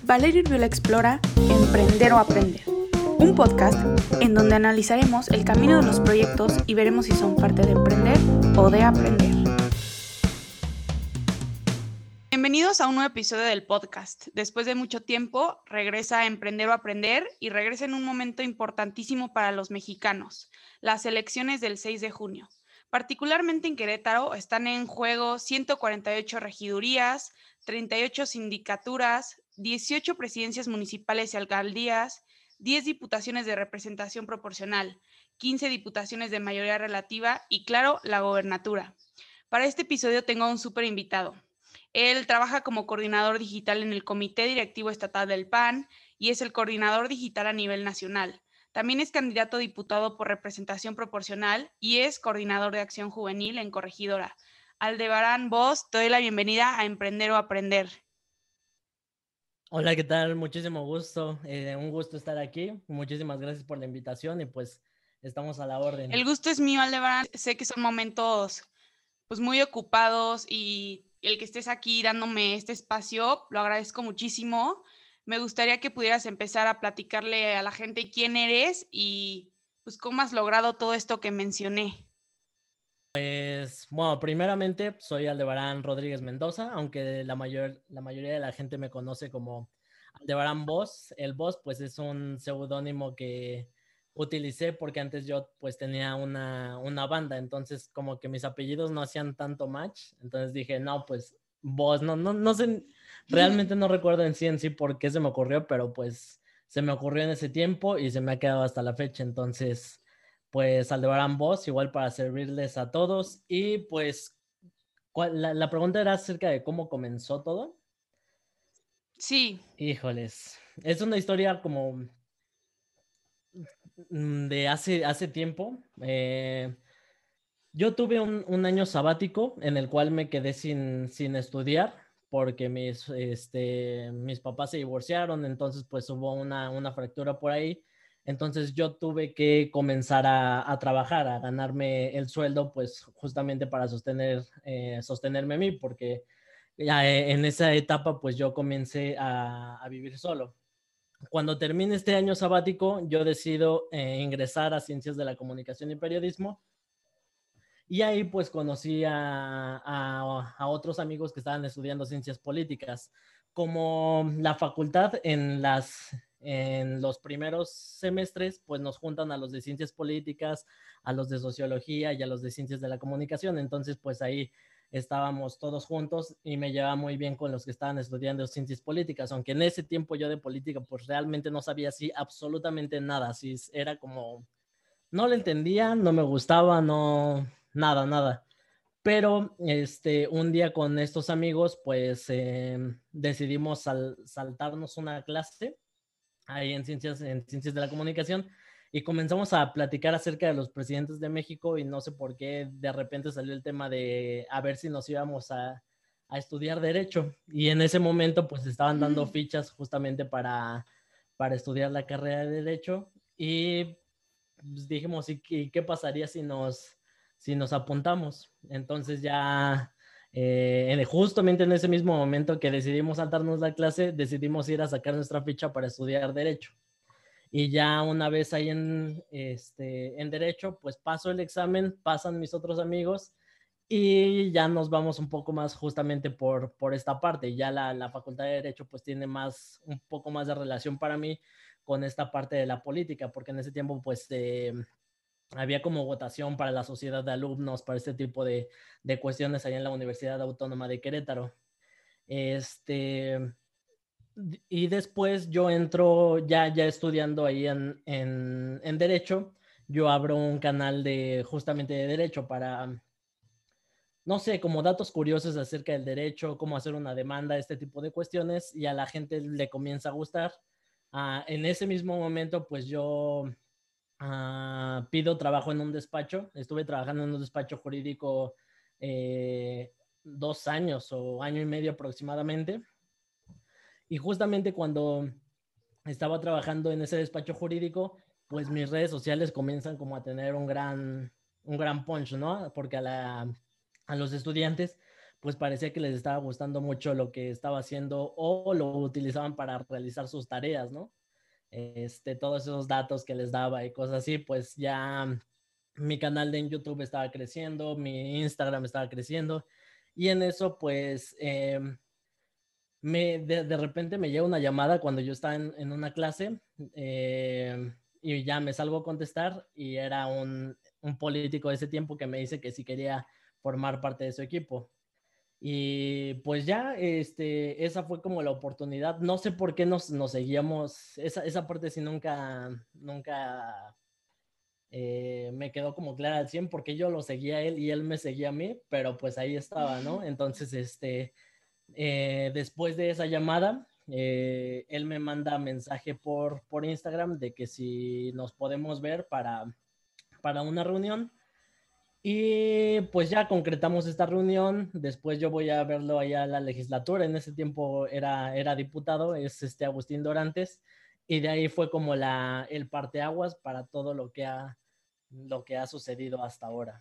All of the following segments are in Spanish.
Valeria Urbiola explora Emprender o Aprender, un podcast en donde analizaremos el camino de los proyectos y veremos si son parte de emprender o de aprender. Bienvenidos a un nuevo episodio del podcast. Después de mucho tiempo, regresa a Emprender o Aprender y regresa en un momento importantísimo para los mexicanos, las elecciones del 6 de junio. Particularmente en Querétaro están en juego 148 regidurías, 38 sindicaturas, 18 presidencias municipales y alcaldías, 10 diputaciones de representación proporcional, 15 diputaciones de mayoría relativa y, claro, la gobernatura. Para este episodio tengo a un súper invitado. Él trabaja como coordinador digital en el Comité Directivo Estatal del PAN y es el coordinador digital a nivel nacional. También es candidato a diputado por representación proporcional y es coordinador de acción juvenil en Corregidora. Aldebarán Bosch, te doy la bienvenida a Emprender o Aprender. Hola, ¿qué tal? Muchísimo gusto. Un gusto estar aquí. Muchísimas gracias por la invitación y pues estamos a la orden. El gusto es mío, Aldebarán. Sé que son momentos pues muy ocupados y el que estés aquí dándome este espacio, lo agradezco muchísimo. Me gustaría que pudieras empezar a platicarle a la gente quién eres y pues cómo has logrado todo esto que mencioné. Bueno, primeramente soy Aldebarán Rodríguez Mendoza, aunque la mayoría de la gente me conoce como Aldebarán Bosch. El Bosch pues es un seudónimo que utilicé porque antes yo pues tenía una banda, entonces como que mis apellidos no hacían tanto match, entonces dije, no, pues Bosch, no sé, realmente no recuerdo en sí por qué se me ocurrió, pero pues se me ocurrió en ese tiempo y se me ha quedado hasta la fecha, entonces pues Aldebarán Bosch, igual para servirles a todos. Y pues la pregunta era acerca de cómo comenzó todo. Sí. Híjoles, es una historia como de hace tiempo. Yo tuve un año sabático en el cual me quedé sin estudiar porque mis papás se divorciaron, entonces pues hubo una fractura por ahí. Entonces yo tuve que comenzar a trabajar, a ganarme el sueldo, pues justamente para sostenerme a mí, porque ya en esa etapa pues yo comencé a vivir solo. Cuando termine este año sabático, yo decido ingresar a Ciencias de la Comunicación y Periodismo. Y ahí pues conocí a otros amigos que estaban estudiando ciencias políticas. Como la facultad en los primeros semestres, pues nos juntan a los de ciencias políticas, a los de sociología y a los de ciencias de la comunicación. Entonces, pues ahí estábamos todos juntos y me llevaba muy bien con los que estaban estudiando ciencias políticas, aunque en ese tiempo yo de política pues realmente no sabía así absolutamente nada, así era como no le entendía, no me gustaba, no, nada. Pero un día con estos amigos, pues decidimos saltarnos una clase ahí en ciencias de la comunicación y comenzamos a platicar acerca de los presidentes de México y no sé por qué de repente salió el tema de a ver si nos íbamos a estudiar derecho. Y en ese momento pues estaban dando fichas justamente para estudiar la carrera de derecho y pues dijimos, ¿y qué pasaría si nos apuntamos? Entonces ya, justamente en ese mismo momento que decidimos saltarnos la clase, decidimos ir a sacar nuestra ficha para estudiar Derecho. Y ya una vez ahí en Derecho, pues paso el examen, pasan mis otros amigos y ya nos vamos un poco más justamente por esta parte. Ya la Facultad de Derecho pues tiene un poco más de relación para mí con esta parte de la política, porque en ese tiempo pues había como votación para la sociedad de alumnos, para este tipo de cuestiones allá en la Universidad Autónoma de Querétaro. Y después yo entro ya estudiando ahí en Derecho, yo abro un canal justamente de Derecho para, no sé, como datos curiosos acerca del derecho, cómo hacer una demanda, este tipo de cuestiones, y a la gente le comienza a gustar. En ese mismo momento, pues yo pido trabajo en un despacho. Estuve trabajando en un despacho jurídico 2 años o año y medio aproximadamente. Y justamente cuando estaba trabajando en ese despacho jurídico, pues mis redes sociales comienzan como a tener un gran punch, ¿no? Porque a los estudiantes pues parecía que les estaba gustando mucho lo que estaba haciendo o lo utilizaban para realizar sus tareas, ¿no? Todos esos datos que les daba y cosas así, pues ya mi canal de YouTube estaba creciendo, mi Instagram estaba creciendo y en eso pues de repente me llega una llamada cuando yo estaba en una clase y ya me salgo a contestar y era un político de ese tiempo que me dice que si quería formar parte de su equipo. Y pues ya, esa fue como la oportunidad. No sé por qué nos seguíamos. Esa parte sí nunca me quedó como clara al 100 porque yo lo seguía a él y él me seguía a mí, pero pues ahí estaba, ¿no? Entonces, después de esa llamada, él me manda mensaje por Instagram de que si nos podemos ver para una reunión. Y pues ya concretamos esta reunión. Después yo voy a verlo allá a la legislatura. En ese tiempo era diputado, es Agustín Dorantes. Y de ahí fue como el parteaguas para todo lo que ha sucedido hasta ahora.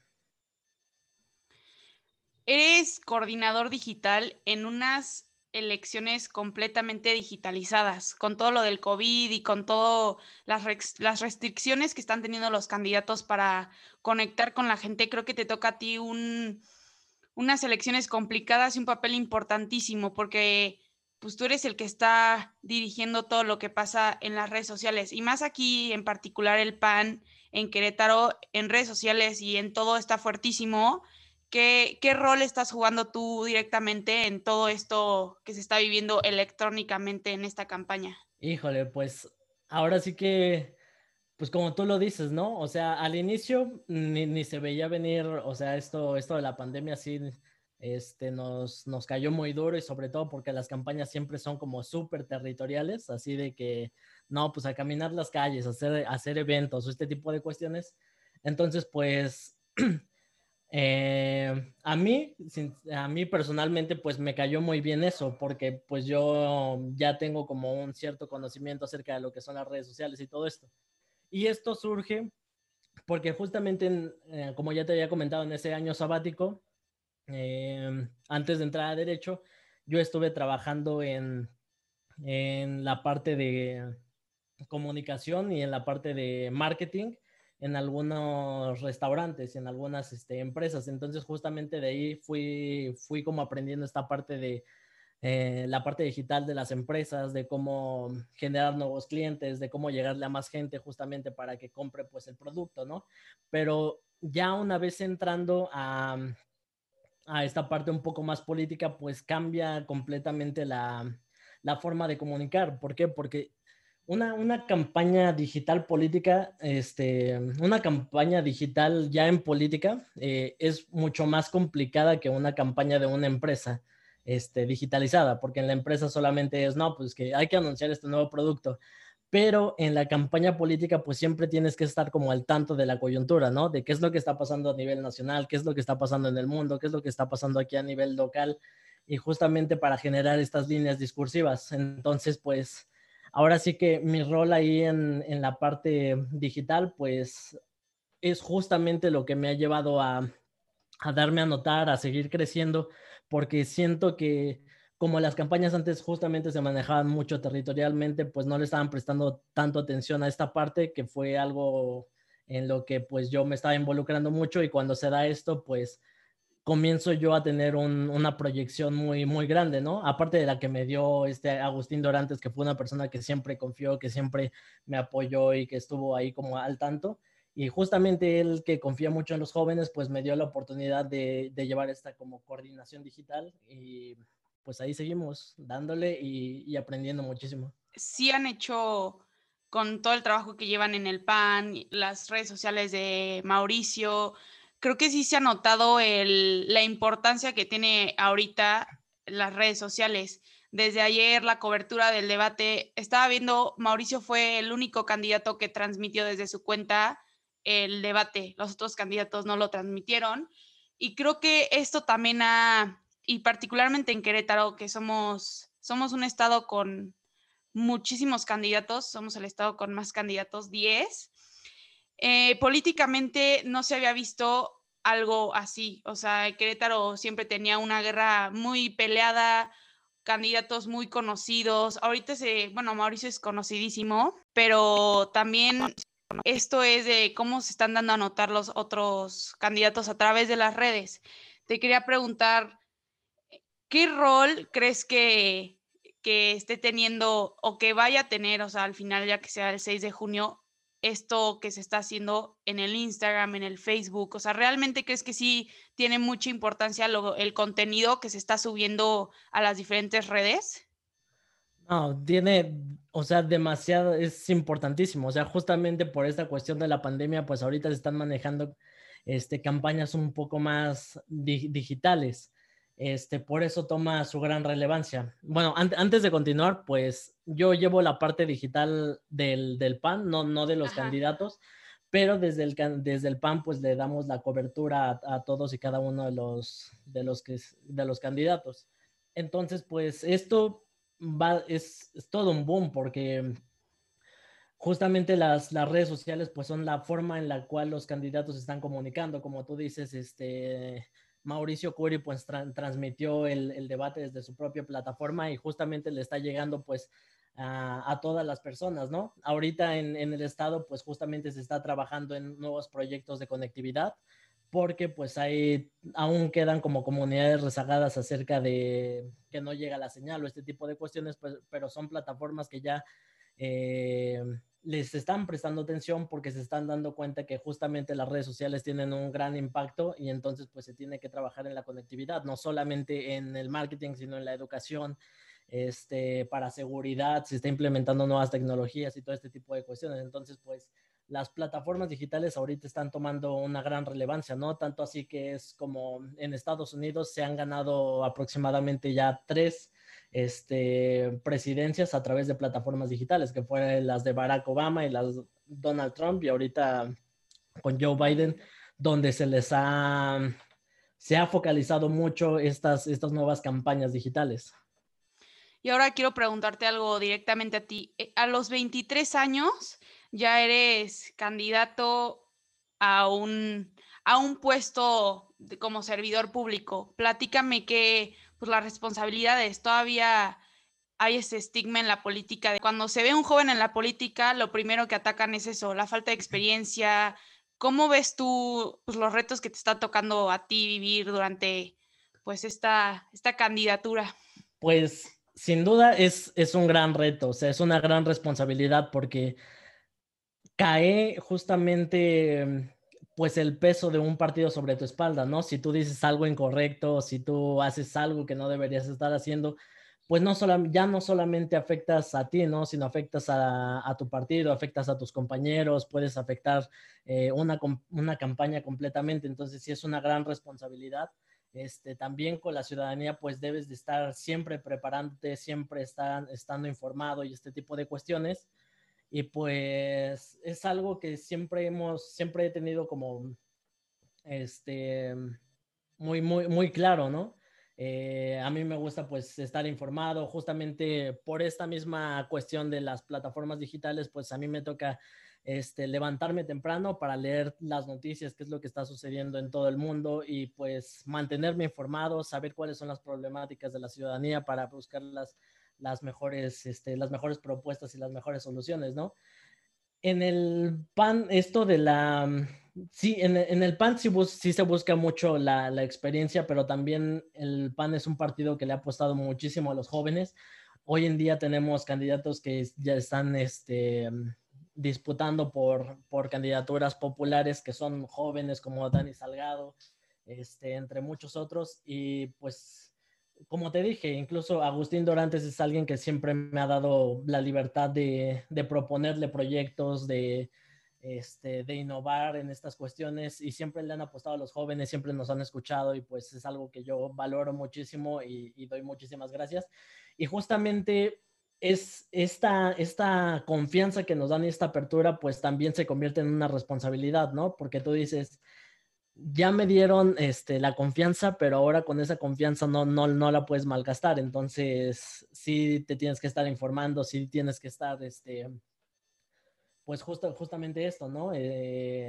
Eres coordinador digital en unas elecciones completamente digitalizadas, con todo lo del COVID y con todas las restricciones que están teniendo los candidatos para conectar con la gente. Creo que te toca a ti unas elecciones complicadas y un papel importantísimo porque pues tú eres el que está dirigiendo todo lo que pasa en las redes sociales y más aquí en particular el PAN en Querétaro en redes sociales y en todo está fuertísimo. ¿Qué rol estás jugando tú directamente en todo esto que se está viviendo electrónicamente en esta campaña? Híjole, pues ahora sí que, pues como tú lo dices, ¿no? O sea, al inicio ni se veía venir, o sea, esto de la pandemia sí, nos cayó muy duro y sobre todo porque las campañas siempre son como súper territoriales, así de que, no, pues a caminar las calles, hacer eventos o este tipo de cuestiones. Entonces, pues a mí personalmente, pues me cayó muy bien eso, porque pues yo ya tengo como un cierto conocimiento acerca de lo que son las redes sociales y todo esto. Y esto surge porque justamente, como ya te había comentado, en ese año sabático, antes de entrar a Derecho, yo estuve trabajando en la parte de comunicación y en la parte de marketing en algunos restaurantes y en algunas empresas. Entonces, justamente de ahí fui como aprendiendo esta parte de la parte digital de las empresas, de cómo generar nuevos clientes, de cómo llegarle a más gente justamente para que compre pues el producto, ¿no? Pero ya una vez entrando a esta parte un poco más política, pues cambia completamente la forma de comunicar. ¿Por qué? Porque una campaña digital política, una campaña digital ya en política es mucho más complicada que una campaña de una empresa digitalizada, porque en la empresa solamente es, no, pues que hay que anunciar este nuevo producto, pero en la campaña política pues siempre tienes que estar como al tanto de la coyuntura, ¿no? De qué es lo que está pasando a nivel nacional, qué es lo que está pasando en el mundo, qué es lo que está pasando aquí a nivel local y justamente para generar estas líneas discursivas. Entonces, pues ahora sí que mi rol ahí en la parte digital pues es justamente lo que me ha llevado a darme a notar, a seguir creciendo, porque siento que como las campañas antes justamente se manejaban mucho territorialmente, pues no le estaban prestando tanto atención a esta parte, que fue algo en lo que pues yo me estaba involucrando mucho y cuando se da esto, pues comienzo yo a tener una proyección muy grande, ¿no? Aparte de la que me dio Agustín Dorantes, que fue una persona que siempre confió, que siempre me apoyó y que estuvo ahí como al tanto. Y justamente él, que confía mucho en los jóvenes, pues me dio la oportunidad de llevar esta como coordinación digital y pues ahí seguimos dándole y aprendiendo muchísimo. Sí han hecho con todo el trabajo que llevan en el PAN, las redes sociales de Mauricio, creo que sí se ha notado la importancia que tiene ahorita las redes sociales. Desde ayer la cobertura del debate, estaba viendo, Mauricio fue el único candidato que transmitió desde su cuenta el debate, los otros candidatos no lo transmitieron y creo que esto también y particularmente en Querétaro, que somos un estado con muchísimos candidatos, somos el estado con más candidatos, 10. Políticamente no se había visto algo así. O sea, Querétaro siempre tenía una guerra muy peleada, candidatos muy conocidos. Ahorita bueno, Mauricio es conocidísimo, pero también esto es de cómo se están dando a notar los otros candidatos a través de las redes. Te quería preguntar, ¿qué rol crees que esté teniendo o que vaya a tener, o sea, al final, ya que sea el 6 de junio, esto que se está haciendo en el Instagram, en el Facebook? O sea, ¿realmente crees que sí tiene mucha importancia el contenido que se está subiendo a las diferentes redes? No, o sea, demasiado, es importantísimo. O sea, justamente por esta cuestión de la pandemia, pues ahorita se están manejando campañas un poco más digitales. Por eso toma su gran relevancia. Bueno, antes de continuar, pues yo llevo la parte digital del PAN, no de los Ajá. candidatos, pero desde el PAN, pues le damos la cobertura a todos y cada uno de los candidatos. Entonces, pues esto es todo un boom porque justamente las redes sociales pues son la forma en la cual los candidatos se están comunicando. Como tú dices, Mauricio Curi pues transmitió el debate desde su propia plataforma y justamente le está llegando pues a todas las personas, ¿no? Ahorita en el estado pues justamente se está trabajando en nuevos proyectos de conectividad porque pues aún quedan como comunidades rezagadas acerca de que no llega la señal o este tipo de cuestiones, pues, pero son plataformas que ya eh, les están prestando atención porque se están dando cuenta que justamente las redes sociales tienen un gran impacto y entonces pues se tiene que trabajar en la conectividad, no solamente en el marketing, sino en la educación, para seguridad, se está implementando nuevas tecnologías y todo este tipo de cuestiones. Entonces pues las plataformas digitales ahorita están tomando una gran relevancia, ¿no? Tanto así que es como en Estados Unidos se han ganado aproximadamente ya 3 presidencias a través de plataformas digitales, que fueron las de Barack Obama y las Donald Trump, y ahorita con Joe Biden, donde se ha focalizado mucho estas nuevas campañas digitales. Y ahora quiero preguntarte algo directamente a ti. A los 23 años ya eres candidato a un puesto como servidor público. Platícame que, pues, las responsabilidades, todavía hay ese estigma en la política de cuando se ve un joven en la política, lo primero que atacan es eso, la falta de experiencia. ¿Cómo ves tú, pues, los retos que te está tocando a ti vivir durante, pues, esta candidatura? Pues sin duda es un gran reto, o sea, es una gran responsabilidad porque cae justamente pues el peso de un partido sobre tu espalda, ¿no? Si tú dices algo incorrecto, si tú haces algo que no deberías estar haciendo, pues ya no solamente afectas a ti, ¿no? Sino afectas a tu partido, afectas a tus compañeros, puedes afectar una campaña completamente. Entonces sí es una gran responsabilidad. También con la ciudadanía, pues debes de estar siempre preparándote, siempre estando informado y este tipo de cuestiones. Y pues es algo que siempre he tenido como, este, muy claro, ¿no? A mí me gusta pues estar informado, justamente por esta misma cuestión de las plataformas digitales, pues a mí me toca levantarme temprano para leer las noticias, qué es lo que está sucediendo en todo el mundo y pues mantenerme informado, saber cuáles son las problemáticas de la ciudadanía para buscar las mejores propuestas y las mejores soluciones, ¿no? En el PAN, esto de sí, en el PAN sí se busca mucho la experiencia, pero también el PAN es un partido que le ha apostado muchísimo a los jóvenes. Hoy en día tenemos candidatos que ya están disputando por candidaturas populares que son jóvenes como Dani Salgado, entre muchos otros, y pues como te dije, incluso Agustín Dorantes es alguien que siempre me ha dado la libertad de proponerle proyectos, de innovar en estas cuestiones y siempre le han apostado a los jóvenes, siempre nos han escuchado y pues es algo que yo valoro muchísimo y doy muchísimas gracias. Y justamente es esta confianza que nos dan y esta apertura pues también se convierte en una responsabilidad, ¿no? Porque tú dices, ya me dieron la confianza, pero ahora con esa confianza no la puedes malgastar. Entonces, sí te tienes que estar informando, sí tienes que estar, pues justamente esto, ¿no?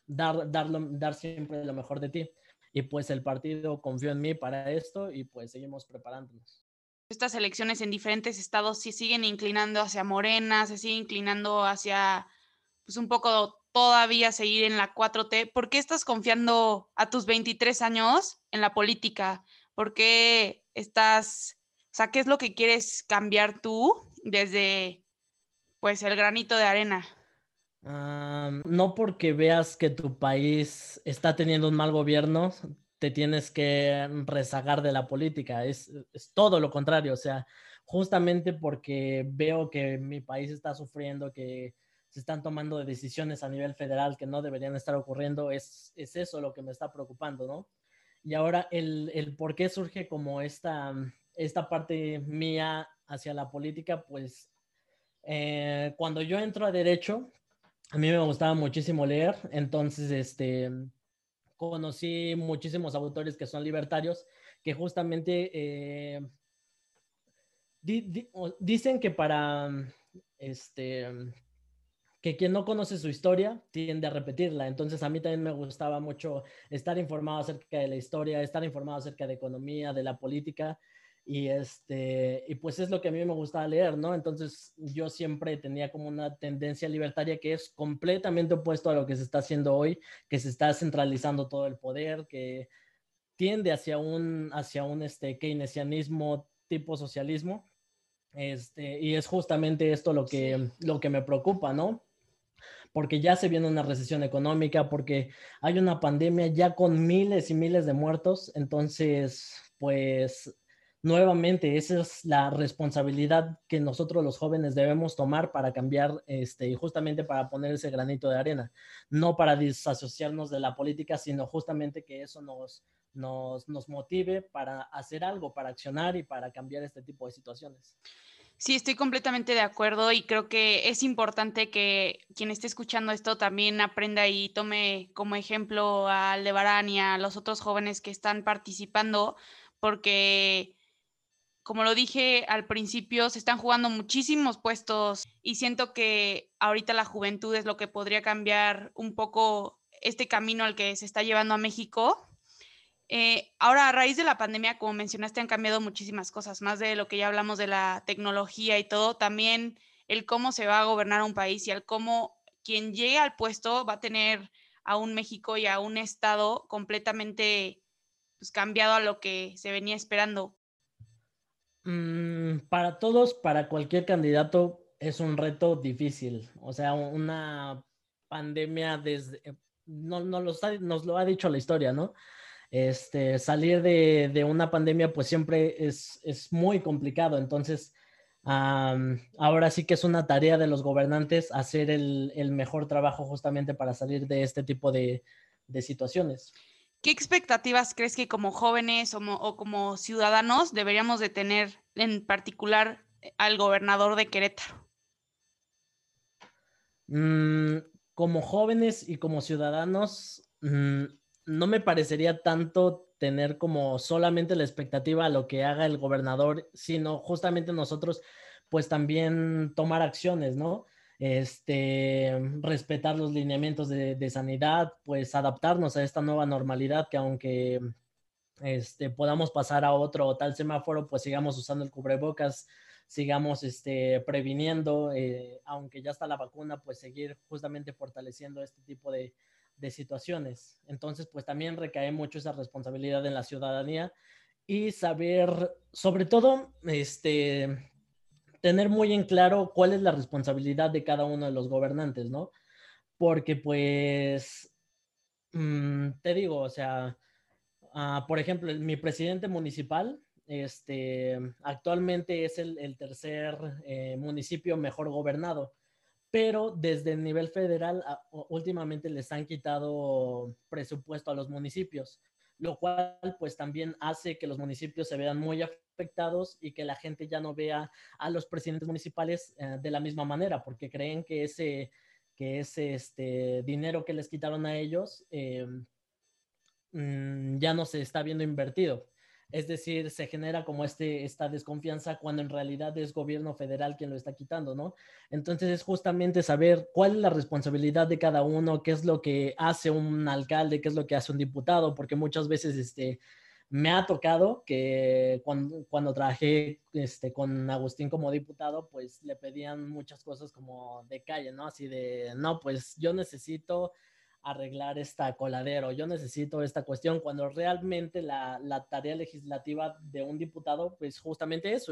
dar siempre lo mejor de ti. Y pues el partido confió en mí para esto y pues seguimos preparándonos. Estas elecciones en diferentes estados sí siguen inclinando hacia Morena, se sigue inclinando hacia, pues un poco todavía seguir en la 4T. ¿Por qué estás confiando a tus 23 años en la política? ¿Por qué estás, o sea, qué es lo que quieres cambiar tú desde, pues, el granito de arena? No porque veas que tu país está teniendo un mal gobierno, te tienes que rezagar de la política. Es todo lo contrario. O sea, justamente porque veo que mi país está sufriendo, que se están tomando decisiones a nivel federal que no deberían estar ocurriendo, es eso lo que me está preocupando, ¿no? Y ahora el por qué surge como esta parte mía hacia la política, pues cuando yo entro a derecho, a mí me gustaba muchísimo leer, entonces conocí muchísimos autores que son libertarios, que justamente dicen que para que quien no conoce su historia tiende a repetirla. Entonces a mí también me gustaba mucho estar informado acerca de la historia, estar informado acerca de economía, de la política. Y pues es lo que a mí me gustaba leer, ¿no? Entonces yo siempre tenía como una tendencia libertaria que es completamente opuesto a lo que se está haciendo hoy, que se está centralizando todo el poder, que tiende hacia un keynesianismo tipo socialismo. Y es justamente esto lo que me preocupa, ¿no? Porque ya se viene una recesión económica, porque hay una pandemia ya con miles y miles de muertos. Entonces, pues nuevamente esa es la responsabilidad que nosotros los jóvenes debemos tomar para cambiar y justamente para poner ese granito de arena, no para disasociarnos de la política, sino justamente que eso nos motive para hacer algo, para accionar y para cambiar este tipo de situaciones. Sí, estoy completamente de acuerdo y creo que es importante que quien esté escuchando esto también aprenda y tome como ejemplo a Aldebarán y a los otros jóvenes que están participando, porque como lo dije al principio, se están jugando muchísimos puestos y siento que ahorita la juventud es lo que podría cambiar un poco este camino al que se está llevando a México. Ahora, a raíz de la pandemia, como mencionaste, han cambiado muchísimas cosas, más de lo que ya hablamos de la tecnología y todo, también el cómo se va a gobernar un país y el cómo quien llegue al puesto va a tener a un México y a un estado completamente pues, cambiado a lo que se venía esperando. Para todos, para cualquier candidato, es un reto difícil. O sea, una pandemia nos lo ha dicho la historia, ¿no? Salir de una pandemia pues siempre es muy complicado. Entonces, ahora sí que es una tarea de los gobernantes hacer el mejor trabajo justamente para salir de este tipo de situaciones. ¿Qué expectativas crees que como jóvenes o como ciudadanos deberíamos de tener en particular al gobernador de Querétaro? Mm, Como jóvenes y como ciudadanos, no me parecería tanto tener como solamente la expectativa a lo que haga el gobernador, sino justamente nosotros, pues también tomar acciones, ¿no? Respetar los lineamientos de sanidad, pues adaptarnos a esta nueva normalidad que aunque podamos pasar a otro o tal semáforo, pues sigamos usando el cubrebocas, sigamos previniendo, aunque ya está la vacuna, pues seguir justamente fortaleciendo este tipo de situaciones. Entonces, pues también recae mucho esa responsabilidad en la ciudadanía y saber, sobre todo, tener muy en claro cuál es la responsabilidad de cada uno de los gobernantes, ¿no? Porque pues, te digo, o sea, por ejemplo, mi presidente municipal, actualmente es el tercer municipio mejor gobernado, pero desde el nivel federal últimamente les han quitado presupuesto a los municipios, lo cual pues también hace que los municipios se vean muy afectados y que la gente ya no vea a los presidentes municipales de la misma manera, porque creen que ese dinero que les quitaron a ellos ya no se está viendo invertido. Es decir, se genera como esta desconfianza cuando en realidad es gobierno federal quien lo está quitando, ¿no? Entonces es justamente saber cuál es la responsabilidad de cada uno, qué es lo que hace un alcalde, qué es lo que hace un diputado, porque muchas veces me ha tocado que cuando trabajé con Agustín como diputado, pues le pedían muchas cosas como de calle, ¿no? Así de, no, pues yo necesito arreglar esta coladero, yo necesito esta cuestión, cuando realmente la tarea legislativa de un diputado, pues justamente eso,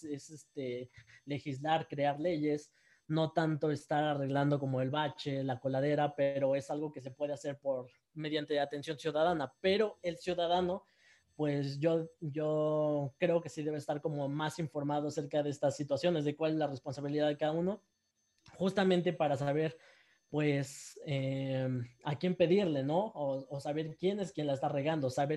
legislar, crear leyes, no tanto estar arreglando como el bache, la coladera, pero es algo que se puede hacer mediante atención ciudadana, pero el ciudadano pues yo creo que sí debe estar como más informado acerca de estas situaciones, de cuál es la responsabilidad de cada uno, justamente para saber pues a quién pedirle, ¿no? O saber quién es quien la está regando, saber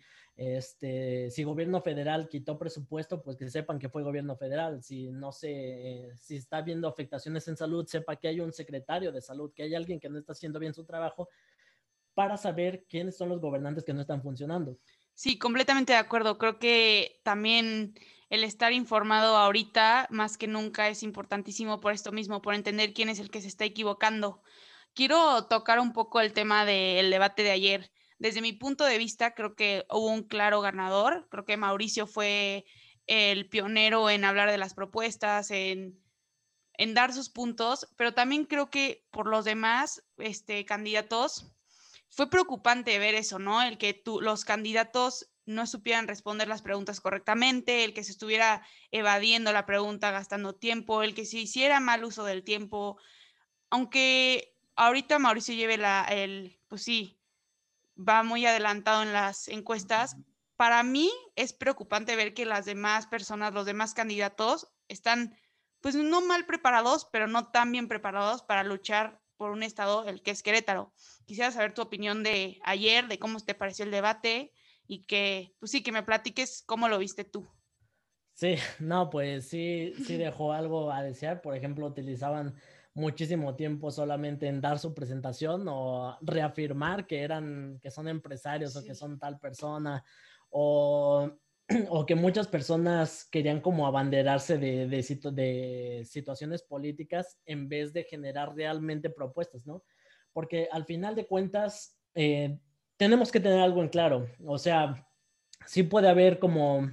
si gobierno federal quitó presupuesto, pues que sepan que fue gobierno federal, si no sé, si está viendo afectaciones en salud, sepa que hay un secretario de salud, que hay alguien que no está haciendo bien su trabajo, para saber quiénes son los gobernantes que no están funcionando. Sí, completamente de acuerdo. Creo que también el estar informado ahorita, más que nunca, es importantísimo por esto mismo, por entender quién es el que se está equivocando. Quiero tocar un poco el tema del debate de ayer. Desde mi punto de vista, creo que hubo un claro ganador. Creo que Mauricio fue el pionero en hablar de las propuestas, en dar sus puntos, pero también creo que por los demás candidatos fue preocupante ver eso, ¿no? El que los candidatos no supieran responder las preguntas correctamente, el que se estuviera evadiendo la pregunta, gastando tiempo, el que se hiciera mal uso del tiempo, aunque ahorita Mauricio lleve pues sí, va muy adelantado en las encuestas. Para mí es preocupante ver que las demás personas, los demás candidatos, están, pues no mal preparados, pero no tan bien preparados para luchar por un estado, el que es Querétaro. Quisiera saber tu opinión de ayer, de cómo te pareció el debate y que, pues sí, que me platiques cómo lo viste tú. Sí, no, pues sí dejó algo a desear. Por ejemplo, utilizaban muchísimo tiempo solamente en dar su presentación o reafirmar que son empresarios o que Sí. son tal persona o, o que muchas personas querían como abanderarse de situaciones políticas en vez de generar realmente propuestas, ¿no? Porque al final de cuentas, tenemos que tener algo en claro. O sea, sí puede haber como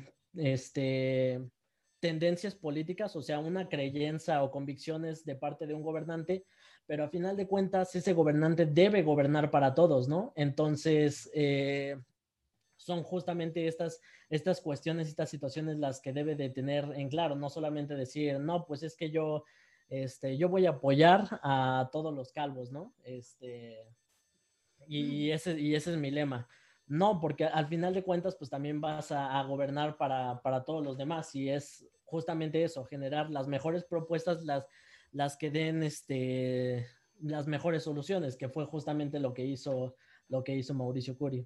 tendencias políticas, o sea, una creencia o convicciones de parte de un gobernante, pero a final de cuentas ese gobernante debe gobernar para todos, ¿no? Entonces, son justamente estas cuestiones, estas situaciones las que debe de tener en claro, no solamente decir, no, pues es que yo voy a apoyar a todos los calvos, ¿no? Y ese es mi lema. No, porque al final de cuentas, pues también vas a gobernar para todos los demás y es justamente eso, generar las mejores propuestas, las que den las mejores soluciones, que fue justamente lo que hizo Mauricio Curi.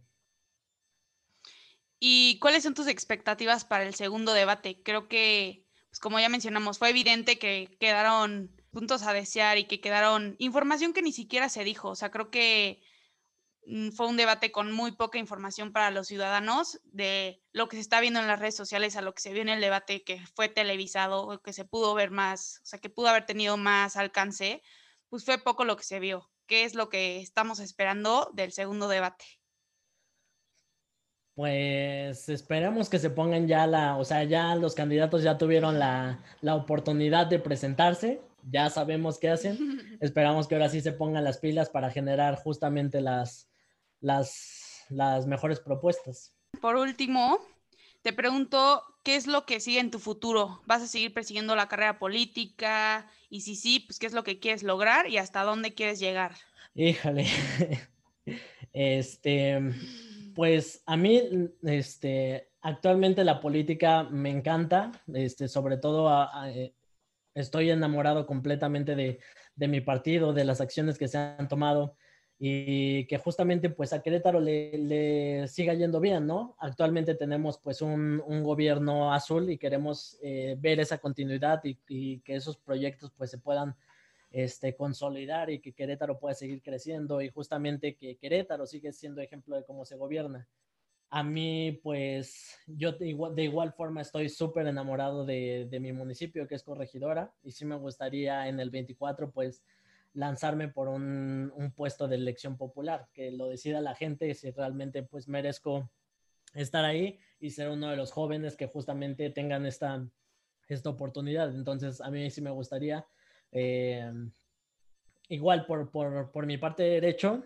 ¿Y cuáles son tus expectativas para el segundo debate? Creo que, pues como ya mencionamos, fue evidente que quedaron puntos a desear y que quedaron información que ni siquiera se dijo. O sea, creo que fue un debate con muy poca información para los ciudadanos de lo que se está viendo en las redes sociales a lo que se vio en el debate que fue televisado, que se pudo ver más, o sea, que pudo haber tenido más alcance, pues fue poco lo que se vio. ¿Qué es lo que estamos esperando del segundo debate? Pues esperemos que se pongan o sea, ya los candidatos ya tuvieron la oportunidad de presentarse, ya sabemos qué hacen, esperamos que ahora sí se pongan las pilas para generar justamente las mejores propuestas. Por último, te pregunto, ¿qué es lo que sigue en tu futuro? ¿Vas a seguir persiguiendo la carrera política? Y si sí, pues ¿qué es lo que quieres lograr y hasta dónde quieres llegar? Híjole, este, pues a mí, actualmente la política me encanta, sobre todo estoy enamorado completamente de mi partido, de las acciones que se han tomado y que justamente pues a Querétaro le siga yendo bien, ¿no? Actualmente tenemos pues un gobierno azul y queremos ver esa continuidad y que esos proyectos pues se puedan consolidar y que Querétaro pueda seguir creciendo y justamente que Querétaro sigue siendo ejemplo de cómo se gobierna. A mí, pues, yo de igual forma estoy súper enamorado de mi municipio, que es Corregidora, y sí me gustaría en el 24, pues, lanzarme por un puesto de elección popular, que lo decida la gente si realmente, pues, merezco estar ahí y ser uno de los jóvenes que justamente tengan esta oportunidad. Entonces, a mí sí me gustaría, eh, igual por mi parte de derecho,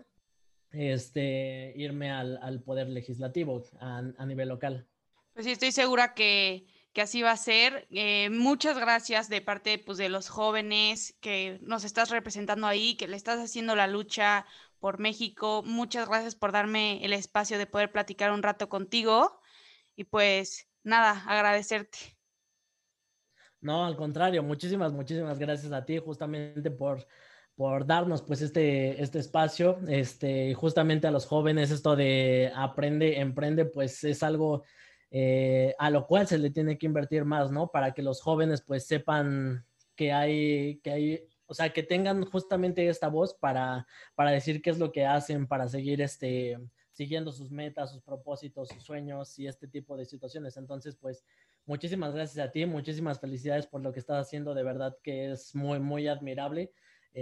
irme al poder legislativo a nivel local. Pues sí, estoy segura que así va a ser. Muchas gracias de parte pues, de los jóvenes que nos estás representando ahí, que le estás haciendo la lucha por México. Muchas gracias por darme el espacio de poder platicar un rato contigo y pues nada, agradecerte. No, al contrario, muchísimas gracias a ti justamente por darnos pues este espacio, y justamente a los jóvenes esto de aprende, emprende, pues es algo a lo cual se le tiene que invertir más, ¿no? Para que los jóvenes pues sepan o sea, que tengan justamente esta voz para decir qué es lo que hacen, para seguir siguiendo sus metas, sus propósitos, sus sueños y este tipo de situaciones. Entonces, pues muchísimas gracias a ti, muchísimas felicidades por lo que estás haciendo, de verdad que es muy admirable.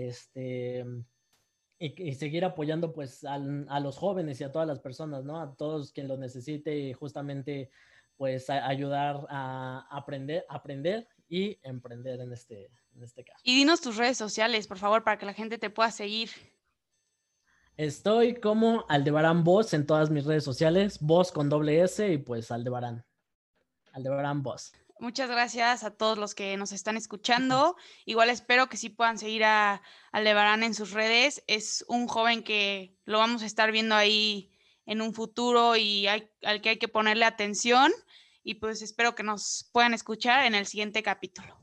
Y seguir apoyando pues a los jóvenes y a todas las personas, ¿no? A todos quien lo necesite y justamente pues ayudar a aprender y emprender en este caso. Y dinos tus redes sociales, por favor, para que la gente te pueda seguir. Estoy como Aldebarán Boss en todas mis redes sociales, Boss con doble S y pues Aldebarán Boss. Muchas gracias a todos los que nos están escuchando. Igual espero que sí puedan seguir a Aldebarán en sus redes. Es un joven que lo vamos a estar viendo ahí en un futuro y al que hay que ponerle atención. Y pues espero que nos puedan escuchar en el siguiente capítulo.